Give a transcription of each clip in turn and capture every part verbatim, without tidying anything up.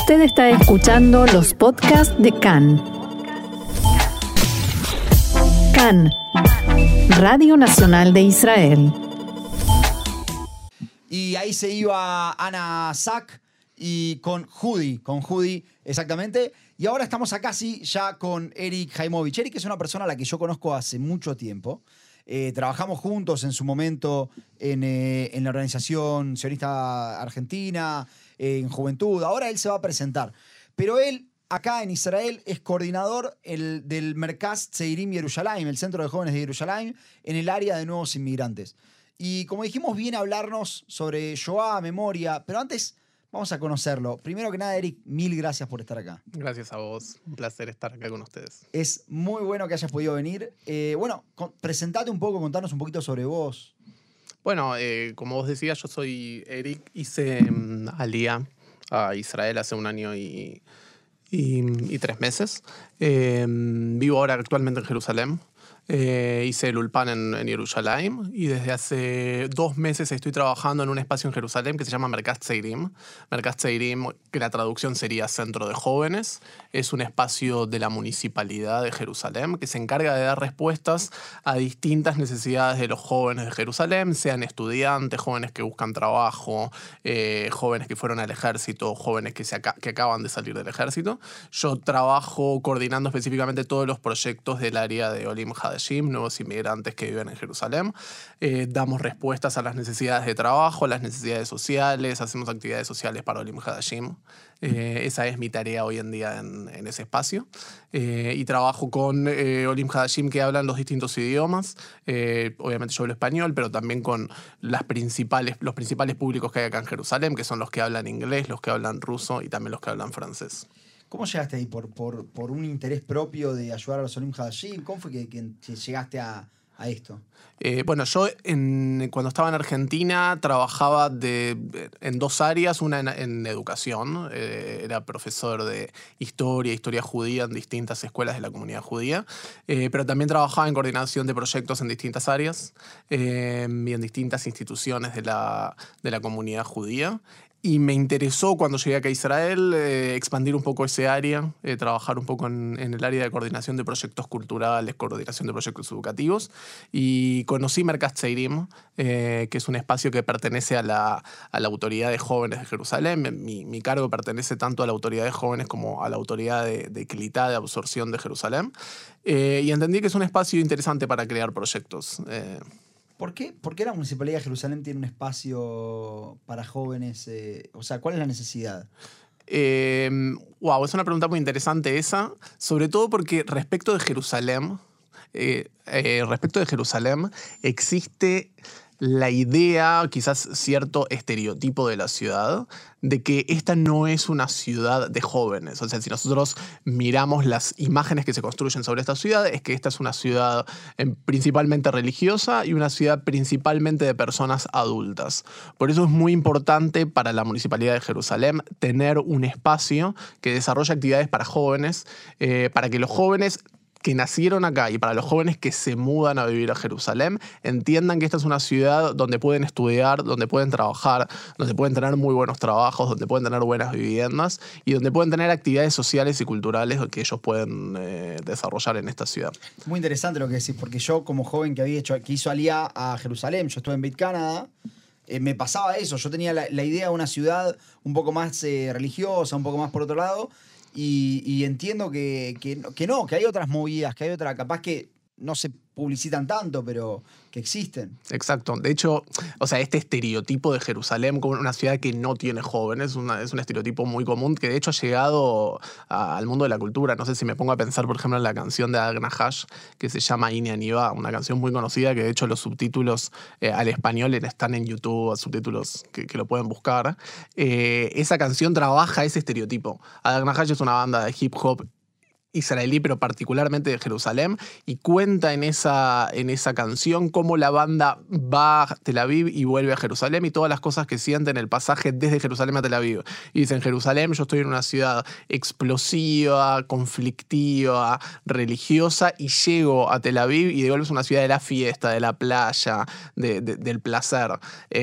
Usted está escuchando los podcasts de C A N. C A N, Radio Nacional de Israel. Y ahí se iba Ana Sack y con Judy, con Judy exactamente. Y ahora estamos acá sí ya con Eric Haimovitch. Eric es una persona a la que yo conozco hace mucho tiempo. Eh, trabajamos juntos en su momento en, eh, en la Organización Sionista Argentina, eh, en Juventud. Ahora él se va a presentar. Pero él, acá en Israel, es coordinador el, del Merkaz Tzeirim Yerushalayim, el Centro de Jóvenes de Yerushalayim, en el área de nuevos inmigrantes. Y como dijimos, viene a hablarnos sobre Shoah, memoria, pero antes vamos a conocerlo. Primero que nada, Eric, mil gracias por estar acá. Gracias a vos. Un placer estar acá con ustedes. Es muy bueno que hayas podido venir. Eh, bueno, con, presentate un poco, contanos un poquito sobre vos. Bueno, eh, como vos decías, yo soy Eric. Hice um, Alía a Israel hace un año y, y, y tres meses. Eh, vivo ahora actualmente en Jerusalén. Eh, hice el Ulpan en, en Yerushalayim y desde hace dos meses estoy trabajando en un espacio en Jerusalén que se llama Merkaz Tzeirim. Merkaz Tzeirim, que la traducción sería Centro de Jóvenes, es un espacio de la Municipalidad de Jerusalén que se encarga de dar respuestas a distintas necesidades de los jóvenes de Jerusalén, sean estudiantes, jóvenes que buscan trabajo, eh, jóvenes que fueron al ejército, jóvenes que, se aca- que acaban de salir del ejército. Yo trabajo coordinando específicamente todos los proyectos del área de Olim Hadashim, nuevos inmigrantes que viven en Jerusalén. Eh, damos respuestas a las necesidades de trabajo, a las necesidades sociales, hacemos actividades sociales para Olim Hadashim. Eh, esa es mi tarea hoy en día en, en ese espacio. Eh, y trabajo con eh, Olim Hadashim que hablan los distintos idiomas. Eh, obviamente yo hablo español, pero también con las principales, los principales públicos que hay acá en Jerusalén, que son los que hablan inglés, los que hablan ruso y también los que hablan francés. ¿Cómo llegaste ahí? ¿Por, por, por un interés propio de ayudar a los Olim Hadashim? ¿Cómo fue que, que, que llegaste a, a esto? Eh, bueno, yo en, cuando estaba en Argentina trabajaba de, en dos áreas, una en, en educación, eh, era profesor de historia, historia judía en distintas escuelas de la comunidad judía, eh, pero también trabajaba en coordinación de proyectos en distintas áreas eh, y en distintas instituciones de la, de la comunidad judía. Y me interesó cuando llegué acá a Israel eh, expandir un poco ese área, eh, trabajar un poco en, en el área de coordinación de proyectos culturales, coordinación de proyectos educativos. Y conocí Merkaz Tzeirim, eh, que es un espacio que pertenece a la, a la Autoridad de Jóvenes de Jerusalén. Mi, mi cargo pertenece tanto a la Autoridad de Jóvenes como a la Autoridad de, de Klitá, de Absorción de Jerusalén. Eh, y entendí que es un espacio interesante para crear proyectos. Eh, ¿Por qué, ¿Por qué la Municipalidad de Jerusalén tiene un espacio para jóvenes? Eh, o sea, ¿cuál es la necesidad? Eh, wow, es una pregunta muy interesante esa, sobre todo porque respecto de Jerusalén, eh, eh, respecto de Jerusalén existe la idea, quizás cierto estereotipo de la ciudad, de que esta no es una ciudad de jóvenes. O sea, si nosotros miramos las imágenes que se construyen sobre esta ciudad, es que esta es una ciudad eh, principalmente religiosa y una ciudad principalmente de personas adultas. Por eso es muy importante para la Municipalidad de Jerusalén tener un espacio que desarrolle actividades para jóvenes, eh, para que los jóvenes que nacieron acá y para los jóvenes que se mudan a vivir a Jerusalén entiendan que esta es una ciudad donde pueden estudiar, donde pueden trabajar, donde pueden tener muy buenos trabajos, donde pueden tener buenas viviendas y donde pueden tener actividades sociales y culturales que ellos pueden eh, desarrollar en esta ciudad. Muy interesante lo que decís, porque yo como joven que había hecho, que hizo Alía a Jerusalén, yo estuve en Beit Canada, eh, me pasaba eso. Yo tenía la, la idea de una ciudad un poco más eh, religiosa, un poco más por otro lado. Y, y entiendo que, que, que no, que hay otras movidas, que hay otras, capaz que no se publicitan tanto, pero que existen. Exacto. De hecho, o sea, este estereotipo de Jerusalén como una ciudad que no tiene jóvenes una, es un estereotipo muy común que de hecho ha llegado a, al mundo de la cultura. No sé si me pongo a pensar, por ejemplo, en la canción de Agna Hash que se llama Ini Aniva, una canción muy conocida que de hecho los subtítulos eh, al español están en YouTube, subtítulos que, que lo pueden buscar. Eh, esa canción trabaja ese estereotipo. Agna Hash es una banda de hip hop israelí, pero particularmente de Jerusalén, y cuenta en esa, en esa canción cómo la banda va a Tel Aviv y vuelve a Jerusalén y todas las cosas que sienten el pasaje desde Jerusalén a Tel Aviv. Y dicen, Jerusalén, yo estoy en una ciudad explosiva, conflictiva, religiosa, y llego a Tel Aviv y de golpe es una ciudad de la fiesta, de la playa, de, de, del placer. Eh,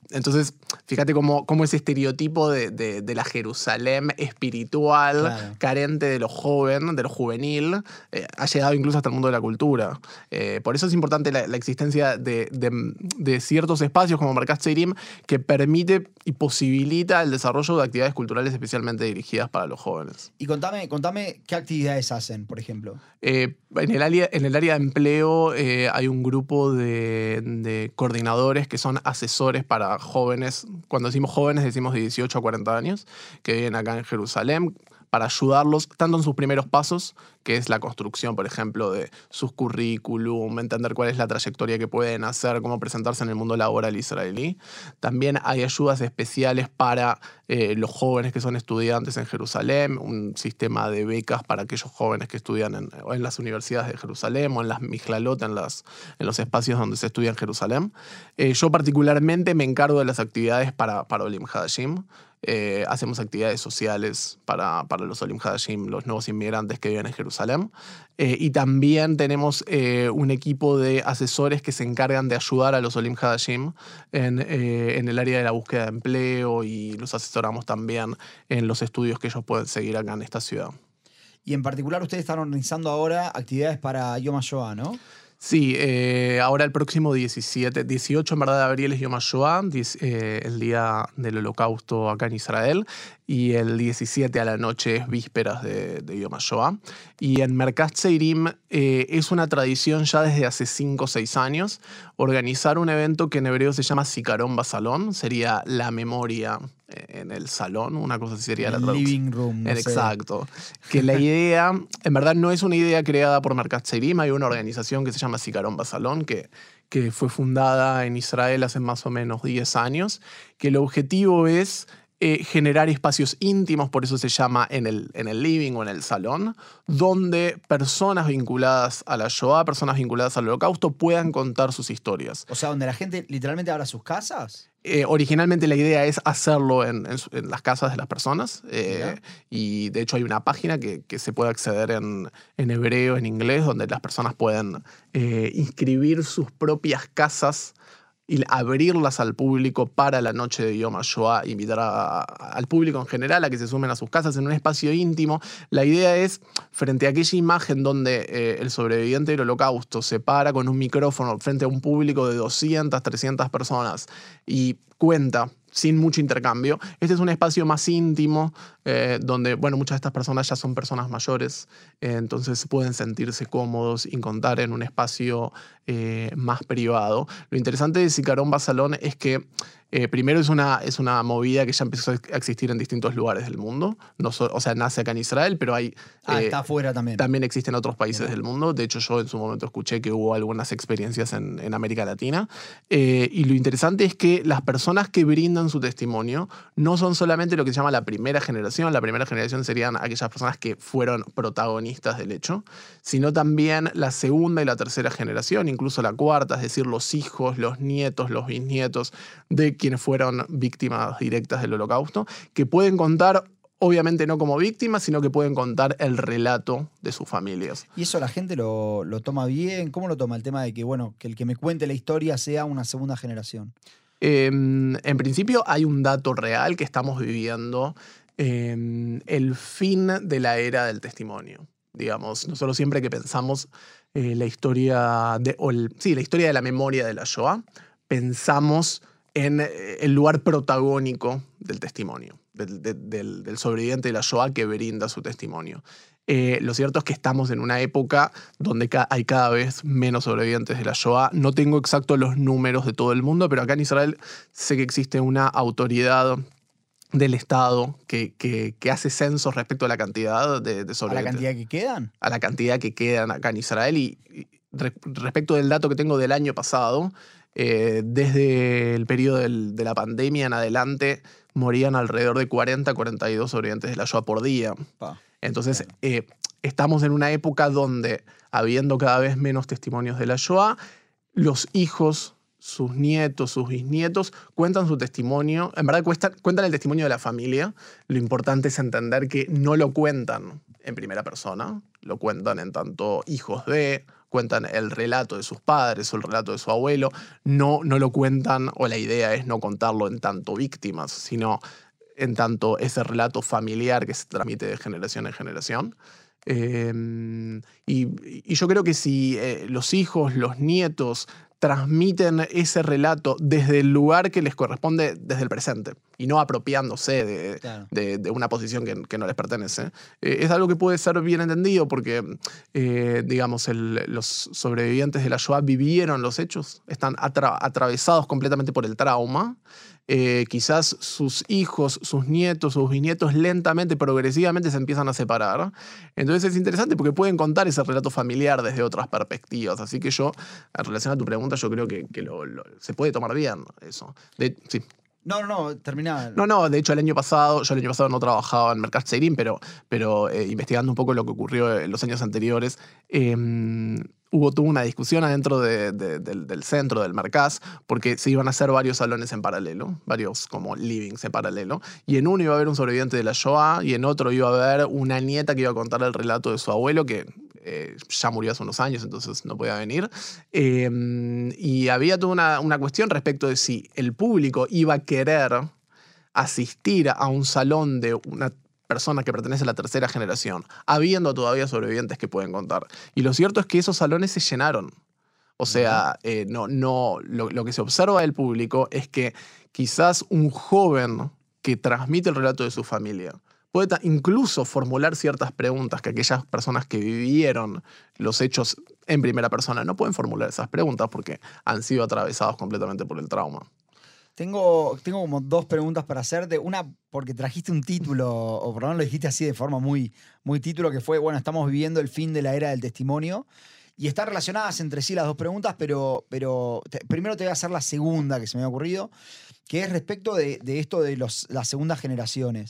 entonces, fíjate cómo, cómo ese estereotipo de, de, de la Jerusalén espiritual, claro, carente de lo joven, de lo juvenil, eh, ha llegado incluso hasta el mundo de la cultura. Eh, por eso es importante la, la existencia de, de, de ciertos espacios como Merkat Seirim que permite y posibilita el desarrollo de actividades culturales especialmente dirigidas para los jóvenes. Y contame, contame qué actividades hacen, por ejemplo. Eh, en, el área, en el área de empleo eh, hay un grupo de, de coordinadores que son asesores para jóvenes. Cuando decimos jóvenes decimos de dieciocho a cuarenta años, que viven acá en Jerusalén, para ayudarlos tanto en sus primeros pasos, que es la construcción, por ejemplo, de sus currículum, entender cuál es la trayectoria que pueden hacer, cómo presentarse en el mundo laboral israelí. También hay ayudas especiales para eh, los jóvenes que son estudiantes en Jerusalén, un sistema de becas para aquellos jóvenes que estudian en, en las universidades de Jerusalén o en las Michlot, en, las, en los espacios donde se estudia en Jerusalén. Eh, yo particularmente me encargo de las actividades para, para Olim Hadashim. Eh, hacemos actividades sociales para, para los Olim Hadashim, los nuevos inmigrantes que viven en Jerusalén. Eh, y también tenemos eh, un equipo de asesores que se encargan de ayudar a los Olim Hadashim en, eh, en el área de la búsqueda de empleo, y los asesoramos también en los estudios que ellos pueden seguir acá en esta ciudad. Y en particular ustedes están organizando ahora actividades para Yom HaShoah, ¿no? Sí, eh, ahora el próximo diecisiete, dieciocho en verdad de abril es Yom HaShoah, eh, el día del holocausto acá en Israel, y el diecisiete a la noche es vísperas de, de Yom HaShoah. Y en Merkat Seirim eh, es una tradición ya desde hace cinco o seis años organizar un evento que en hebreo se llama Zikaron Basalón, sería la memoria en el salón, una cosa así sería la traducción. Living room. No Exacto. sé. Que la idea, en verdad no es una idea creada por Merkat Seirim, hay una organización que se llama Zikaron Basalón, que, que fue fundada en Israel hace más o menos diez años, que el objetivo es Eh, generar espacios íntimos, por eso se llama en el, en el living o en el salón, donde personas vinculadas a la Shoah, personas vinculadas al holocausto, puedan contar sus historias. O sea, donde la gente literalmente abra sus casas. Eh, originalmente la idea es hacerlo en, en, en las casas de las personas, eh, y de hecho hay una página que, que se puede acceder en, en hebreo, en inglés, donde las personas pueden eh, inscribir sus propias casas y abrirlas al público para la noche de Yom HaShoah, invitar a, a, al público en general a que se sumen a sus casas en un espacio íntimo. La idea es, frente a aquella imagen donde eh, el sobreviviente del holocausto se para con un micrófono frente a un público de doscientas, trescientas personas y cuenta sin mucho intercambio, este es un espacio más íntimo, eh, donde, bueno, muchas de estas personas ya son personas mayores, eh, entonces pueden sentirse cómodos y contar en un espacio eh, más privado. Lo interesante de Zikaron Basalón es que Eh, primero es una, es una movida que ya empezó a existir en distintos lugares del mundo. No so, o sea, nace acá en Israel, pero hay... Ah, eh, está afuera también. También existe en otros países del mundo. De hecho, yo en su momento escuché que hubo algunas experiencias en, en América Latina. Eh, y lo interesante es que las personas que brindan su testimonio no son solamente lo que se llama la primera generación. La primera generación serían aquellas personas que fueron protagonistas del hecho, sino también la segunda y la tercera generación, incluso la cuarta, es decir, los hijos, los nietos, los bisnietos de quienes fueron víctimas directas del holocausto, que pueden contar, obviamente no como víctimas, sino que pueden contar el relato de sus familias. ¿Y eso la gente lo, lo toma bien? ¿Cómo lo toma el tema de que, bueno, que el que me cuente la historia sea una segunda generación? Eh, en principio hay un dato real que estamos viviendo, eh, el fin de la era del testimonio. Digamos, nosotros siempre que pensamos eh, la historia de, o el, sí, la historia de la memoria de la Shoah, pensamos en el lugar protagónico del testimonio, del, del, del sobreviviente de la Shoah que brinda su testimonio. Eh, lo cierto es que estamos en una época donde ca hay cada vez menos sobrevivientes de la Shoah. No tengo exactos los números de todo el mundo, pero acá en Israel sé que existe una autoridad del Estado que, que, que hace censos respecto a la cantidad de, de sobrevivientes. ¿A la cantidad que quedan? A la cantidad que quedan acá en Israel. Y, y re respecto del dato que tengo del año pasado, Eh, desde el periodo del, de la pandemia en adelante morían alrededor de cuarenta a cuarenta y dos sobrevivientes de la Shoah por día. Pa, Entonces, claro. eh, estamos en una época donde, habiendo cada vez menos testimonios de la Shoah, los hijos, sus nietos, sus bisnietos, cuentan su testimonio. En verdad, cuentan, cuentan el testimonio de la familia. Lo importante es entender que no lo cuentan en primera persona, lo cuentan en tanto hijos de cuentan el relato de sus padres o el relato de su abuelo, no, no lo cuentan, o la idea es no contarlo en tanto víctimas, sino en tanto ese relato familiar que se transmite de generación en generación. Eh, y, y yo creo que si eh, los hijos, los nietos transmiten ese relato desde el lugar que les corresponde, desde el presente, y no apropiándose de, Claro. de, de una posición que, que no les pertenece, eh, es algo que puede ser bien entendido porque, eh, digamos, el, los sobrevivientes de la Shoah vivieron los hechos, están atra atravesados completamente por el trauma. Eh, quizás sus hijos, sus nietos, sus bisnietos lentamente, progresivamente se empiezan a separar. Entonces es interesante porque pueden contar ese relato familiar desde otras perspectivas. Así que yo, en relación a tu pregunta, yo creo que, que lo, lo, se puede tomar bien eso. De, sí. No, no, no, terminá. No, no, de hecho el año pasado, yo el año pasado no trabajaba en Mercat Seirim, pero, pero eh, investigando un poco lo que ocurrió en los años anteriores, eh, hubo toda una discusión adentro de, de, del, del centro, del Mercaz, porque se iban a hacer varios salones en paralelo, varios como livings en paralelo, y en uno iba a haber un sobreviviente de la Shoah, y en otro iba a haber una nieta que iba a contar el relato de su abuelo, que eh, ya murió hace unos años, entonces no podía venir. Eh, y había toda una, una cuestión respecto de si el público iba a querer asistir a un salón de una persona que pertenece a la tercera generación, habiendo todavía sobrevivientes que pueden contar. Y lo cierto es que esos salones se llenaron. O sea, eh, no, no, lo, lo que se observa del público es que quizás un joven que transmite el relato de su familia puede incluso formular ciertas preguntas que aquellas personas que vivieron los hechos en primera persona no pueden formular esas preguntas porque han sido atravesados completamente por el trauma. Tengo, tengo como dos preguntas para hacerte. Una, porque trajiste un título, o por lo menos lo dijiste así de forma muy, muy título, que fue, bueno, estamos viviendo el fin de la era del testimonio. Y están relacionadas entre sí las dos preguntas, pero, pero te, primero te voy a hacer la segunda que se me ha ocurrido, que es respecto de, de esto de los, las segundas generaciones.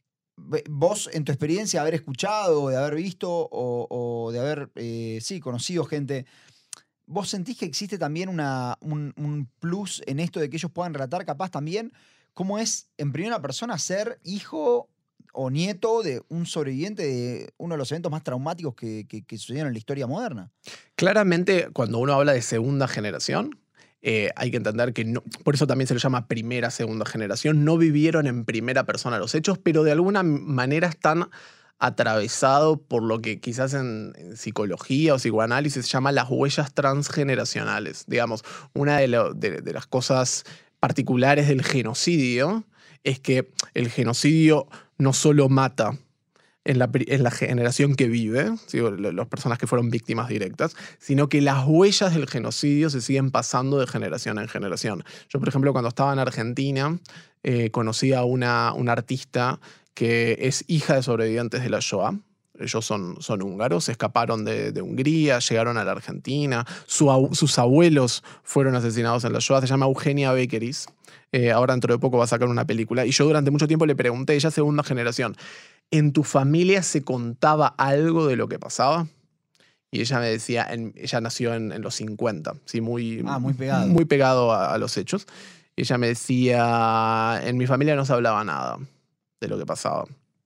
Vos, en tu experiencia, de haber escuchado, de haber visto o, o de haber, eh, sí, conocido gente, ¿vos sentís que existe también una, un, un plus en esto de que ellos puedan relatar capaz también cómo es en primera persona ser hijo o nieto de un sobreviviente de uno de los eventos más traumáticos que, que, que sucedieron en la historia moderna? Claramente, cuando uno habla de segunda generación, eh, hay que entender que, no, por eso también se lo llama primera, segunda generación, no vivieron en primera persona los hechos, pero de alguna manera están atravesado por lo que quizás en, en psicología o psicoanálisis se llama las huellas transgeneracionales. Digamos, una de, lo, de, de las cosas particulares del genocidio es que el genocidio no solo mata en la, en la generación que vive, ¿sí? Las personas que fueron víctimas directas, sino que las huellas del genocidio se siguen pasando de generación en generación. Yo, por ejemplo, cuando estaba en Argentina, eh, conocí a una, una artista que es hija de sobrevivientes de la Shoah. Ellos son, son húngaros, se escaparon de, de Hungría, llegaron a la Argentina. Su, sus abuelos fueron asesinados en la Shoah. Se llama Eugenia Bekeris. Eh, ahora dentro de poco va a sacar una película. Y yo durante mucho tiempo le pregunté, ella segunda generación, ¿en tu familia se contaba algo de lo que pasaba? Y ella me decía, en, ella nació en, en los cincuenta, ¿sí? muy, ah, muy pegado, muy pegado a, a los hechos. Y ella me decía, en mi familia no se hablaba nada de lo que pasaba.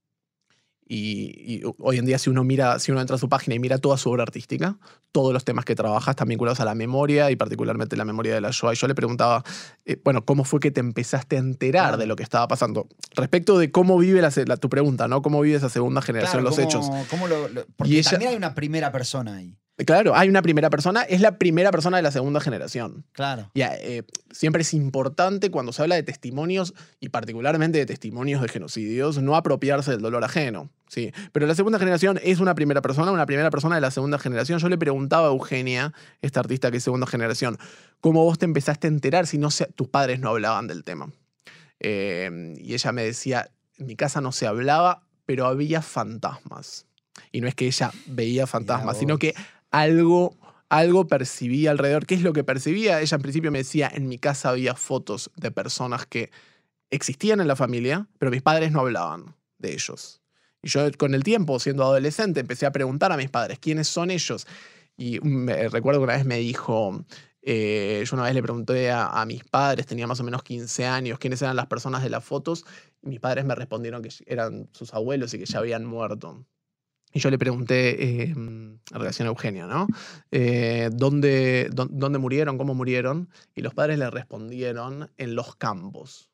Y, y hoy en día, si uno mira, si uno entra a su página y mira toda su obra artística, todos los temas que trabaja están vinculados a la memoria y particularmente la memoria de la Shoah. Y yo le preguntaba, eh, bueno, ¿cómo fue que te empezaste a enterar claro. de lo que estaba pasando? Respecto de cómo vive la, la, tu pregunta, ¿no? ¿Cómo vive esa segunda generación claro, los cómo, hechos? Cómo lo, lo, porque ella, también hay una primera persona ahí. Claro, hay una primera persona, es la primera persona de la segunda generación. Claro. Y, eh, siempre es importante cuando se habla de testimonios, y particularmente de testimonios de genocidios, no apropiarse del dolor ajeno. Sí. Pero la segunda generación es una primera persona, una primera persona de la segunda generación. Yo le preguntaba a Eugenia, esta artista que es segunda generación, ¿cómo vos te empezaste a enterar si no se, tus padres no hablaban del tema? Eh, y ella me decía, en mi casa no se hablaba, pero había fantasmas. Y no es que ella veía fantasmas, sino que algo, algo percibía alrededor. ¿Qué es lo que percibía? Ella en principio me decía, en mi casa había fotos de personas que existían en la familia, pero mis padres no hablaban de ellos. Y yo con el tiempo, siendo adolescente, empecé a preguntar a mis padres, ¿quiénes son ellos? Y me, recuerdo que una vez me dijo, eh, yo una vez le pregunté a, a mis padres, tenía más o menos quince años, quiénes eran las personas de las fotos, y mis padres me respondieron que eran sus abuelos y que ya habían muerto. Y yo le pregunté, eh, en relación a Eugenia, ¿no? Eh, ¿dónde, dó- ¿Dónde murieron? ¿Cómo murieron? Y los padres le respondieron, en los campos.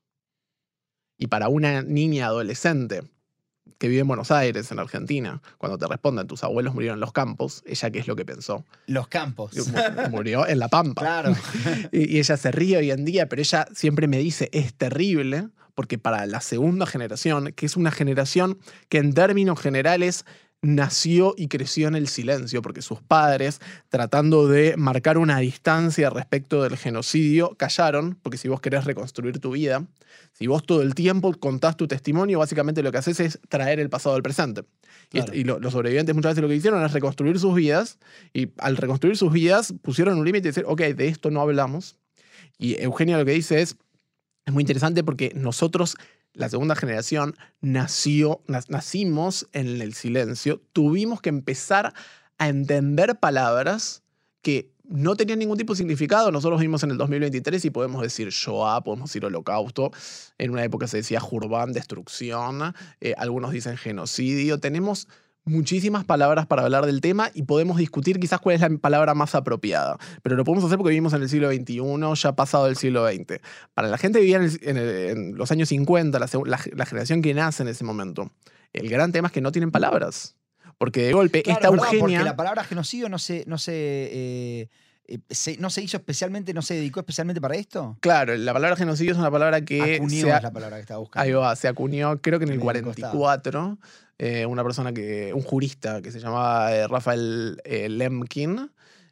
Y para una niña adolescente que vive en Buenos Aires, en Argentina, cuando te responden, tus abuelos murieron en los campos, ¿ella qué es lo que pensó? Los campos. Mu- Murió en La Pampa. Claro. Y, y ella se ríe hoy en día, pero ella siempre me dice, es terrible, porque para la segunda generación, que es una generación que en términos generales nació y creció en el silencio, porque sus padres, tratando de marcar una distancia respecto del genocidio, callaron, porque si vos querés reconstruir tu vida, si vos todo el tiempo contás tu testimonio, básicamente lo que haces es traer el pasado al presente. Y, Claro. y lo- los sobrevivientes muchas veces lo que hicieron es reconstruir sus vidas, y al reconstruir sus vidas pusieron un límite y decir, ok, de esto no hablamos. Y Eugenia lo que dice es, es muy interesante porque nosotros, la segunda generación, nació, nac- nacimos en el silencio, tuvimos que empezar a entender palabras que no tenían ningún tipo de significado. Nosotros vivimos en el dos mil veintitrés y podemos decir Shoah, podemos decir holocausto. En una época se decía Jurban, destrucción. Eh, algunos dicen genocidio. Tenemos muchísimas palabras para hablar del tema y podemos discutir quizás cuál es la palabra más apropiada. Pero lo podemos hacer porque vivimos en el siglo veintiuno, ya pasado el siglo veinte. Para la gente que vivía en, el- en el- en los años cincuenta, la, seg- la- la generación que nace en ese momento, el gran tema es que no tienen palabras. Porque de golpe, Claro, esta es verdad, Eugenia... porque la palabra genocidio no se, no se, eh, eh, se- no se hizo especialmente, no se dedicó especialmente para esto. Claro, la palabra genocidio es una palabra que Acuñó se, ha- es la palabra que estaba buscando. ahí va, se acuñó, creo que en el Me cuarenta y cuatro, eh, una persona que, un jurista que se llamaba eh, Rafael eh, Lemkin,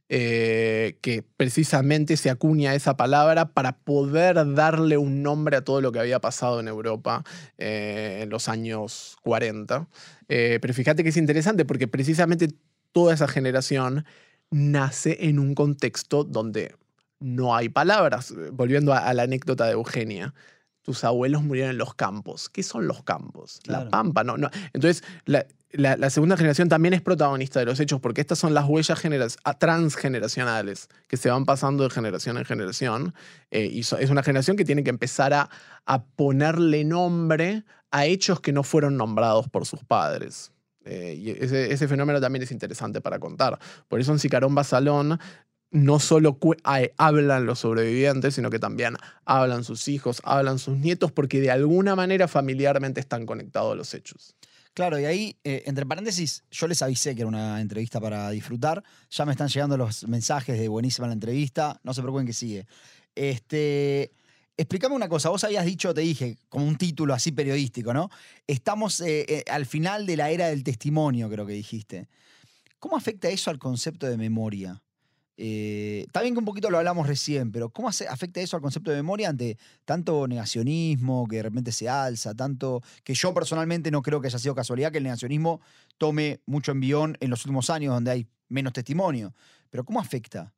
eh, que precisamente se acuña esa palabra para poder darle un nombre a todo lo que había pasado en Europa eh, en los años cuarenta. Eh, pero fíjate que es interesante porque precisamente toda esa generación nace en un contexto donde no hay palabras. Volviendo a, a la anécdota de Eugenia. Tus abuelos murieron en los campos. ¿Qué son los campos? Claro. La pampa, ¿no? no. Entonces, la, la- la segunda generación también es protagonista de los hechos porque estas son las huellas genera- a- transgeneracionales que se van pasando de generación en generación. eh, y so- es una generación que tiene que empezar a, a ponerle nombre a hechos que no fueron nombrados por sus padres. Eh, y ese, ese fenómeno también es interesante para contar. Por eso en Sicarón Basalón no solo cu- hay- hablan los sobrevivientes, sino que también hablan sus hijos, hablan sus nietos, porque de alguna manera familiarmente están conectados a los hechos. Claro, y ahí, eh, entre paréntesis, yo les avisé que era una entrevista para disfrutar. Ya me están llegando los mensajes de buenísima la entrevista. No se preocupen que sigue. Este, explícame una cosa. Vos habías dicho, te dije, como un título así periodístico, ¿no? Estamos eh, eh, al final de la era del testimonio, creo que dijiste. ¿Cómo afecta eso al concepto de memoria? Eh, está bien que un poquito lo hablamos recién, pero ¿cómo hace- afecta eso al concepto de memoria ante tanto negacionismo que de repente se alza, tanto que yo personalmente no creo que haya sido casualidad que el negacionismo tome mucho envión en los últimos años donde hay menos testimonio? Pero ¿cómo afecta?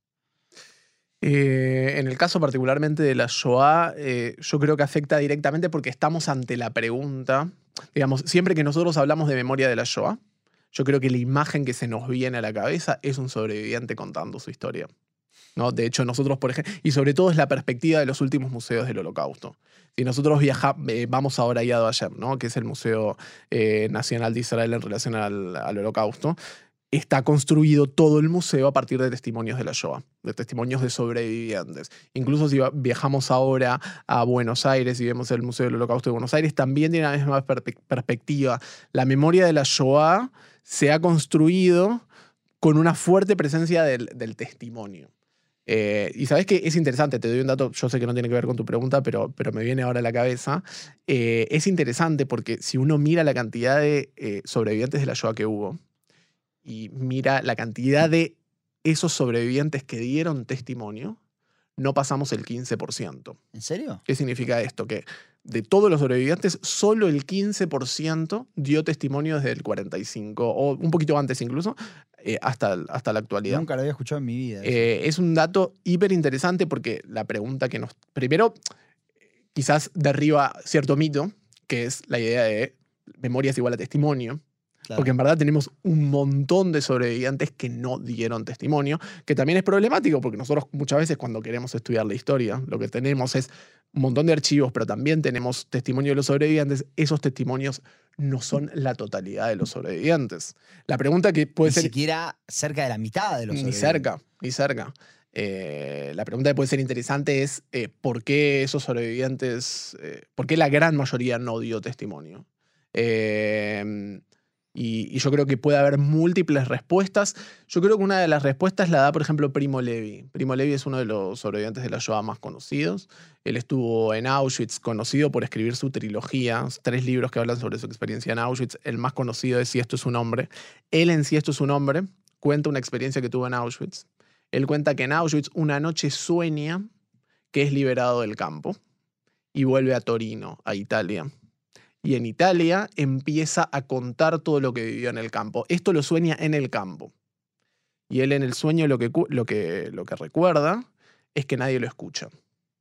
Eh, en el caso particularmente de la Shoah, eh, yo creo que afecta directamente porque estamos ante la pregunta, digamos, siempre que nosotros hablamos de memoria de la Shoah, yo creo que la imagen que se nos viene a la cabeza es un sobreviviente contando su historia, ¿no? De hecho, nosotros, por ejemplo, y sobre todo es la perspectiva de los últimos museos del Holocausto. Si nosotros viajamos, eh, vamos ahora a Yad Vashem, ¿no? Que es el Museo eh, Nacional de Israel en relación al, al Holocausto, está construido todo el museo a partir de testimonios de la Shoah, de testimonios de sobrevivientes. Incluso si va- viajamos ahora a Buenos Aires y vemos el Museo del Holocausto de Buenos Aires, también tiene la misma perpe- perspectiva. La memoria de la Shoah se ha construido con una fuerte presencia del, del testimonio. Eh, y sabes que es interesante, te doy un dato, yo sé que no tiene que ver con tu pregunta, pero, pero me viene ahora a la cabeza. Eh, es interesante porque si uno mira la cantidad de eh, sobrevivientes de la Shoah que hubo, y mira la cantidad de esos sobrevivientes que dieron testimonio, no pasamos el quince por ciento. ¿En serio? ¿Qué significa esto? Que de todos los sobrevivientes, solo el quince por ciento dio testimonio desde el cuarenta y cinco, o un poquito antes incluso, eh, hasta, hasta la actualidad. Nunca lo había escuchado en mi vida. eso. Eh, es un dato hiper interesante porque la pregunta que nos... Primero, quizás derriba cierto mito, que es la idea de memoria es igual a testimonio. Claro. Porque en verdad tenemos un montón de sobrevivientes que no dieron testimonio, que también es problemático porque nosotros muchas veces cuando queremos estudiar la historia, lo que tenemos es un montón de archivos, pero también tenemos testimonio de los sobrevivientes. Esos testimonios no son la totalidad de los sobrevivientes. La pregunta que puede Ni ser... siquiera cerca de la mitad de los Ni sobrevivientes. cerca, ni cerca. Eh, la pregunta que puede ser interesante es eh, ¿por qué esos sobrevivientes, eh, por qué la gran mayoría no dio testimonio? Eh, y, y yo creo que puede haber múltiples respuestas. Yo creo que una de las respuestas la da, por ejemplo, Primo Levi. Primo Levi es uno de los sobrevivientes de la Shoah más conocidos. Él estuvo en Auschwitz, conocido por escribir su trilogía, tres libros que hablan sobre su experiencia en Auschwitz. El más conocido es Si esto es un hombre. Él en Si esto es un hombre cuenta una experiencia que tuvo en Auschwitz. Él cuenta que en Auschwitz una noche sueña que es liberado del campo y vuelve a Torino, a Italia. Y en Italia empieza a contar todo lo que vivió en el campo. Esto lo sueña en el campo. Y él en el sueño lo que, lo que, lo que recuerda es que nadie lo escucha.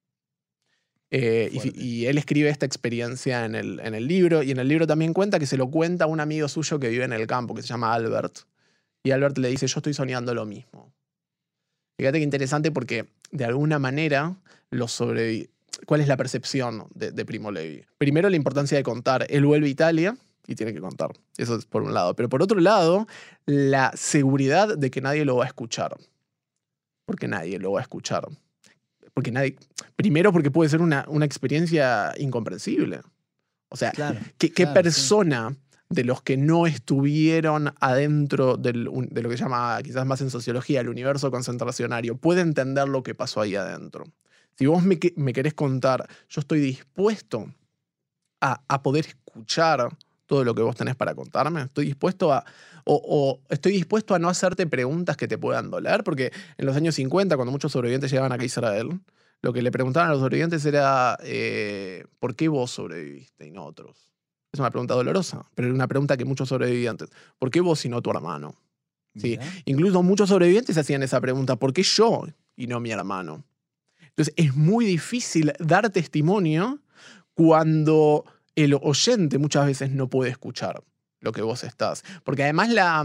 Eh, y, y él escribe esta experiencia en el, en el libro. Y en el libro también cuenta que se lo cuenta a un amigo suyo que vive en el campo, que se llama Albert. Y Albert le dice, yo estoy soñando lo mismo. Fíjate qué interesante porque de alguna manera los sobrevivientes... ¿Cuál es la percepción de, de Primo Levi? Primero, la importancia de contar. Él vuelve a Italia y tiene que contar. Eso es por un lado. Pero por otro lado, la seguridad de que nadie lo va a escuchar. Porque nadie lo va a escuchar. Porque nadie... Primero, porque puede ser una, una experiencia incomprensible. O sea, Claro, ¿qué, qué claro, persona sí. de los que no estuvieron adentro del, de lo que se llama, quizás más en sociología, el universo concentracionario, puede entender lo que pasó ahí adentro? Si vos me, me querés contar, yo estoy dispuesto a, a poder escuchar todo lo que vos tenés para contarme. Estoy dispuesto a, o, o estoy dispuesto a no hacerte preguntas que te puedan doler, porque en los años cincuenta, cuando muchos sobrevivientes llegaban acá a Israel, lo que le preguntaban a los sobrevivientes era eh, ¿por qué vos sobreviviste y no otros? Es una pregunta dolorosa, pero es una pregunta que muchos sobrevivientes. ¿Por qué vos y no tu hermano? ¿Sí? Incluso muchos sobrevivientes hacían esa pregunta. ¿Por qué yo y no mi hermano? Entonces es muy difícil dar testimonio cuando el oyente muchas veces no puede escuchar lo que vos estás. Porque además la,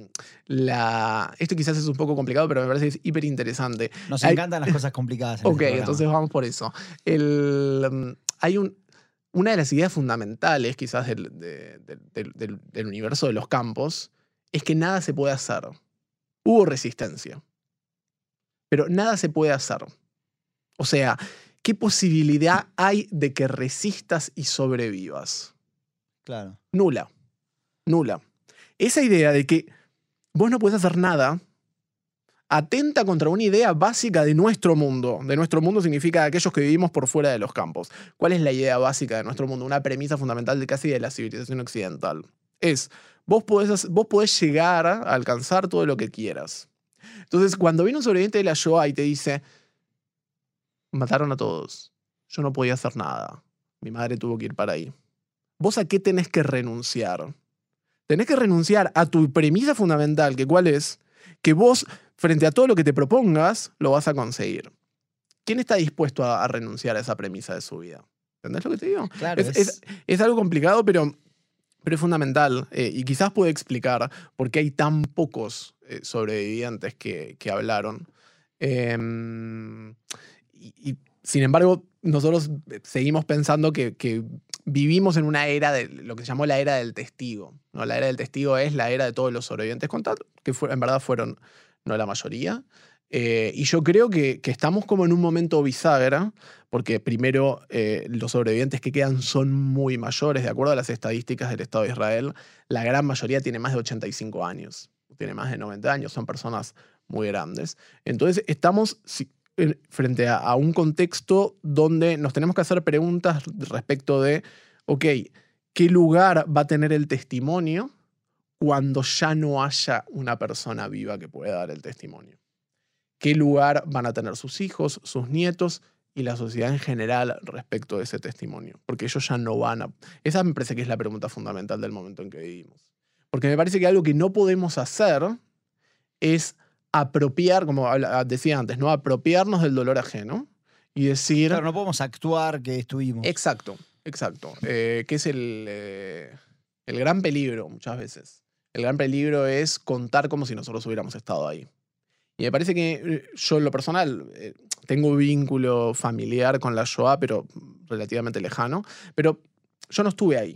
la... Esto quizás es un poco complicado, pero me parece que es hiper interesante. Nos hay, encantan las cosas complicadas. En ok, este entonces vamos por eso. El, hay un, una de las ideas fundamentales quizás del, de, del, del, del universo de los campos es que nada se puede hacer. Hubo resistencia, pero nada se puede hacer. O sea, ¿qué posibilidad hay de que resistas y sobrevivas? Claro. Nula. Nula. Esa idea de que vos no puedes hacer nada atenta contra una idea básica de nuestro mundo. De nuestro mundo significa aquellos que vivimos por fuera de los campos. ¿Cuál es la idea básica de nuestro mundo? Una premisa fundamental de casi de la civilización occidental. Es, vos podés, vos podés llegar a alcanzar todo lo que quieras. Entonces, cuando viene un sobreviviente de la Shoah y te dice... Mataron a todos. Yo no podía hacer nada. Mi madre tuvo que ir para ahí. ¿Vos a qué tenés que renunciar? Tenés que renunciar a tu premisa fundamental, que cuál es, que vos, frente a todo lo que te propongas, lo vas a conseguir. ¿Quién está dispuesto a, a renunciar a esa premisa de su vida? ¿Entendés lo que te digo? Claro, es, es... Es, es algo complicado, pero, pero es fundamental. Eh, y quizás puede explicar por qué hay tan pocos eh, sobrevivientes que, que hablaron. Eh, Y, y, sin embargo, nosotros seguimos pensando que, que vivimos en una era de lo que se llamó la era del testigo, ¿no? La era del testigo es la era de todos los sobrevivientes contados, que fue, en verdad fueron no la mayoría. Eh, y yo creo que, que estamos como en un momento bisagra, porque primero eh, los sobrevivientes que quedan son muy mayores. De acuerdo a las estadísticas del Estado de Israel, la gran mayoría tiene más de ochenta y cinco años, tiene más de noventa años, son personas muy grandes. Entonces estamos... Si, frente a, a un contexto donde nos tenemos que hacer preguntas respecto de, ok, ¿qué lugar va a tener el testimonio cuando ya no haya una persona viva que pueda dar el testimonio? ¿Qué lugar van a tener sus hijos, sus nietos y la sociedad en general respecto de ese testimonio? Porque ellos ya no van a... Esa me parece que es la pregunta fundamental del momento en que vivimos. Porque me parece que algo que no podemos hacer es... apropiar, como decía antes, ¿no? Apropiarnos del dolor ajeno y decir... Claro, no podemos actuar que estuvimos. Exacto, exacto. Eh, que es el, eh, el gran peligro muchas veces. El gran peligro es contar como si nosotros hubiéramos estado ahí. Y me parece que yo en lo personal eh, tengo vínculo familiar con la Shoah, pero relativamente lejano. Pero yo no estuve ahí.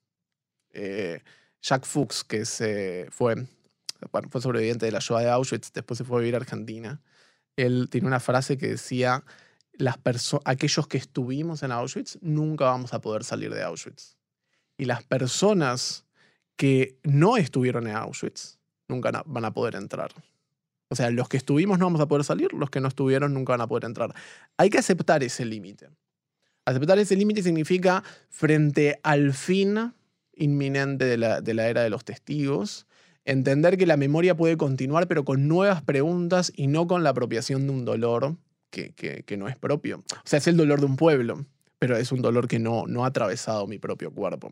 Eh, Jack Fuchs, que se fue, bueno, fue sobreviviente de la Shoah de Auschwitz, después se fue a vivir a Argentina. Él tiene una frase que decía, las aquellos que estuvimos en Auschwitz nunca vamos a poder salir de Auschwitz. Y las personas que no estuvieron en Auschwitz nunca van a poder entrar. O sea, los que estuvimos no vamos a poder salir, los que no estuvieron nunca van a poder entrar. Hay que aceptar ese límite. Aceptar ese límite significa, frente al fin inminente de la, de la era de los testigos, entender que la memoria puede continuar, pero con nuevas preguntas y no con la apropiación de un dolor que, que, que no es propio. O sea, es el dolor de un pueblo, pero es un dolor que no, no ha atravesado mi propio cuerpo.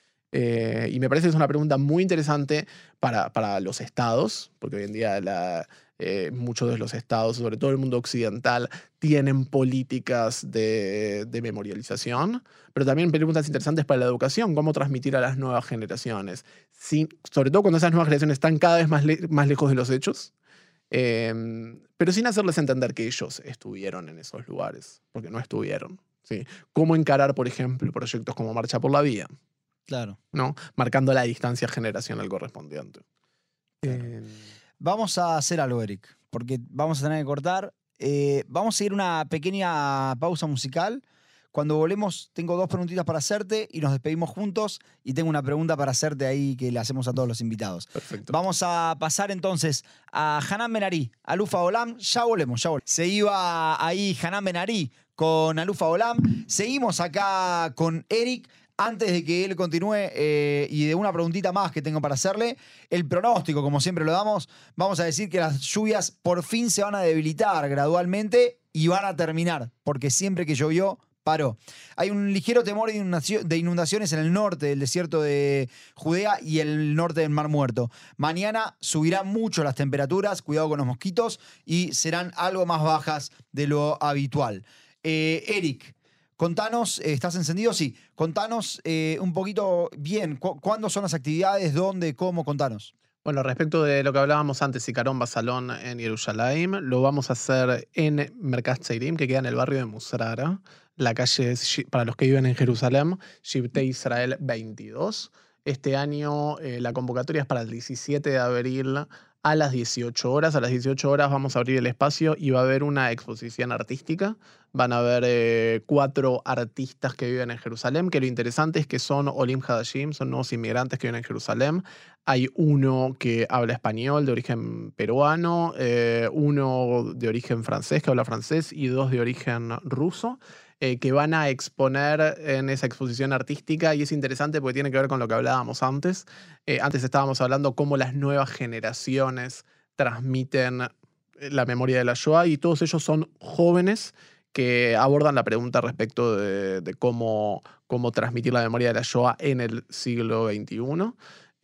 Eh, y me parece que es una pregunta muy interesante para, para los estados, porque hoy en día la, eh, muchos de los estados, sobre todo el mundo occidental, tienen políticas de, de memorialización, pero también preguntas interesantes para la educación, cómo transmitir a las nuevas generaciones, sin, sobre todo cuando esas nuevas generaciones están cada vez más, le, más lejos de los hechos, eh, pero sin hacerles entender que ellos estuvieron en esos lugares, porque no estuvieron. ¿Sí? Cómo encarar, por ejemplo, proyectos como Marcha por la Vida. Claro. ¿No? Marcando la distancia generacional correspondiente. Claro. Eh... Vamos a hacer algo, Eric, porque vamos a tener que cortar. Eh, vamos a ir una pequeña pausa musical. Cuando volvemos, tengo dos preguntitas para hacerte y nos despedimos juntos. Y tengo una pregunta para hacerte ahí que le hacemos a todos los invitados. Perfecto. Vamos a pasar entonces a Hanan Ben-Ari, Alufa Olam. Ya volvemos, ya volvemos. Se iba ahí Hanan Ben-Ari con Alufa Olam. Seguimos acá con Eric. Antes de que él continúe eh, y de una preguntita más que tengo para hacerle, el pronóstico, como siempre lo damos, vamos a decir que las lluvias por fin se van a debilitar gradualmente y van a terminar, porque siempre que llovió, paró. Hay un ligero temor de inundaciones en el norte del desierto de Judea y el norte del Mar Muerto. Mañana subirán mucho las temperaturas, cuidado con los mosquitos, y serán algo más bajas de lo habitual. Eh, Eric, contanos, ¿estás encendido? Sí. Contanos eh, un poquito bien, cu ¿cuándo son las actividades? ¿Dónde? ¿Cómo? Contanos. Bueno, respecto de lo que hablábamos antes, Zikaron Basalón en Jerusalén, lo vamos a hacer en Merkat Tzeirim, que queda en el barrio de Musrara. La calle es, para los que viven en Jerusalén, Shivtei Israel veintidós. Este año eh, la convocatoria es para el diecisiete de abril a las dieciocho horas. A las dieciocho horas vamos a abrir el espacio y va a haber una exposición artística. Van a haber eh, cuatro artistas que viven en Jerusalén, que lo interesante es que son Olim Hadashim, son nuevos inmigrantes que viven en Jerusalén. Hay uno que habla español de origen peruano, eh, uno de origen francés que habla francés y dos de origen ruso. Eh, que van a exponer en esa exposición artística, y es interesante porque tiene que ver con lo que hablábamos antes. Eh, antes estábamos hablando cómo las nuevas generaciones transmiten la memoria de la Shoah, y todos ellos son jóvenes que abordan la pregunta respecto de, de cómo, cómo transmitir la memoria de la Shoah en el siglo veintiuno.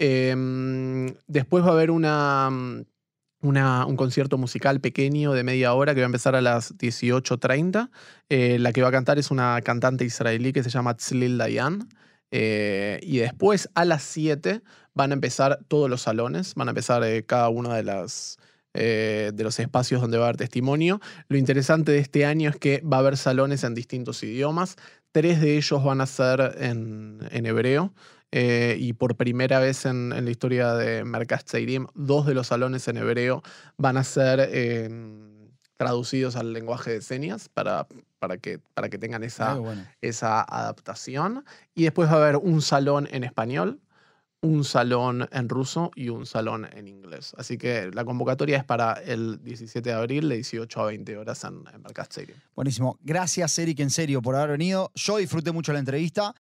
Eh, después va a haber una... Una, un concierto musical pequeño de media hora que va a empezar a las dieciocho treinta. Eh, la que va a cantar es una cantante israelí que se llama Tzlil Dayan. Eh, y después a las siete van a empezar todos los salones, van a empezar eh, cada uno de, las, eh, de los espacios donde va a haber testimonio. Lo interesante de este año es que va a haber salones en distintos idiomas. Tres de ellos van a ser en, en hebreo. Eh, y por primera vez en, en la historia de Merkat Tzeirim, dos de los salones en hebreo van a ser eh, traducidos al lenguaje de señas para, para, que, para que tengan esa, bueno. esa adaptación. Y después va a haber un salón en español, un salón en ruso y un salón en inglés. Así que la convocatoria es para el diecisiete de abril, de dieciocho a veinte horas en, en Merkat Tzeirim. Buenísimo. Gracias, Eric, en serio, por haber venido. Yo disfruté mucho la entrevista.